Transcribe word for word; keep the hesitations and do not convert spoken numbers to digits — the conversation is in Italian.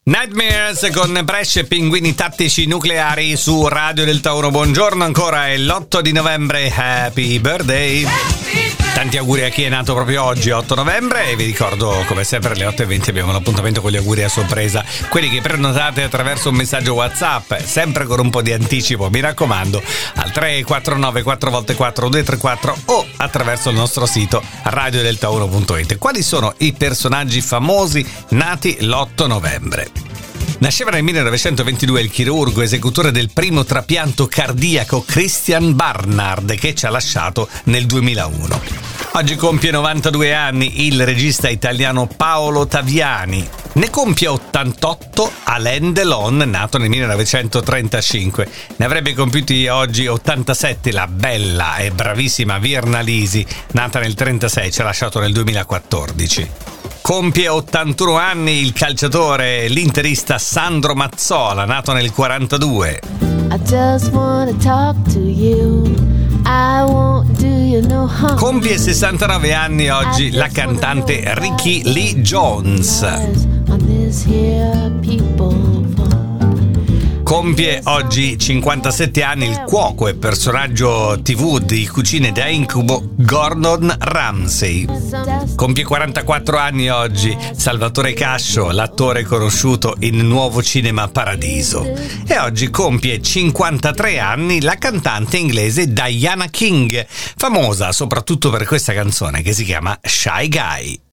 Nightmares con Brescia e Pinguini Tattici Nucleari su Radio del Tauro. Buongiorno ancora, è l'otto di novembre. Happy birthday! Tanti auguri a chi è nato proprio oggi, otto novembre, e vi ricordo come sempre alle otto e venti abbiamo l'appuntamento con gli auguri a sorpresa, quelli che prenotate attraverso un messaggio WhatsApp, sempre con un po' di anticipo, mi raccomando, al tre quattro nove quattro quattro due tre quattro o attraverso il nostro sito radio del tauro punto it. Quali sono i personaggi famosi nati l'otto novembre? Nasceva nel millenovecentoventidue il chirurgo esecutore del primo trapianto cardiaco Christian Barnard, che ci ha lasciato nel duemilauno. Oggi compie novantadue anni il regista italiano Paolo Taviani. Ne compie ottantotto Alain Delon, nato nel millenovecentotrentacinque. Ne avrebbe compiuti oggi ottantasette la bella e bravissima Virna Lisi, nata nel trentasei, ci ha lasciato nel duemilaquattordici. Compie ottantuno anni il calciatore, l'interista Sandro Mazzola, nato nel quarantadue. I just wanna talk to you. I won't do you no harm. Compie sessantanove anni oggi la cantante Ricky Lee Jones. Compie oggi cinquantasette anni il cuoco e personaggio tivù di Cucine da Incubo Gordon Ramsay. Compie quarantaquattro anni oggi Salvatore Cascio, l'attore conosciuto in Nuovo Cinema Paradiso. E oggi compie cinquantatré anni la cantante inglese Diana King, famosa soprattutto per questa canzone che si chiama Shy Guy.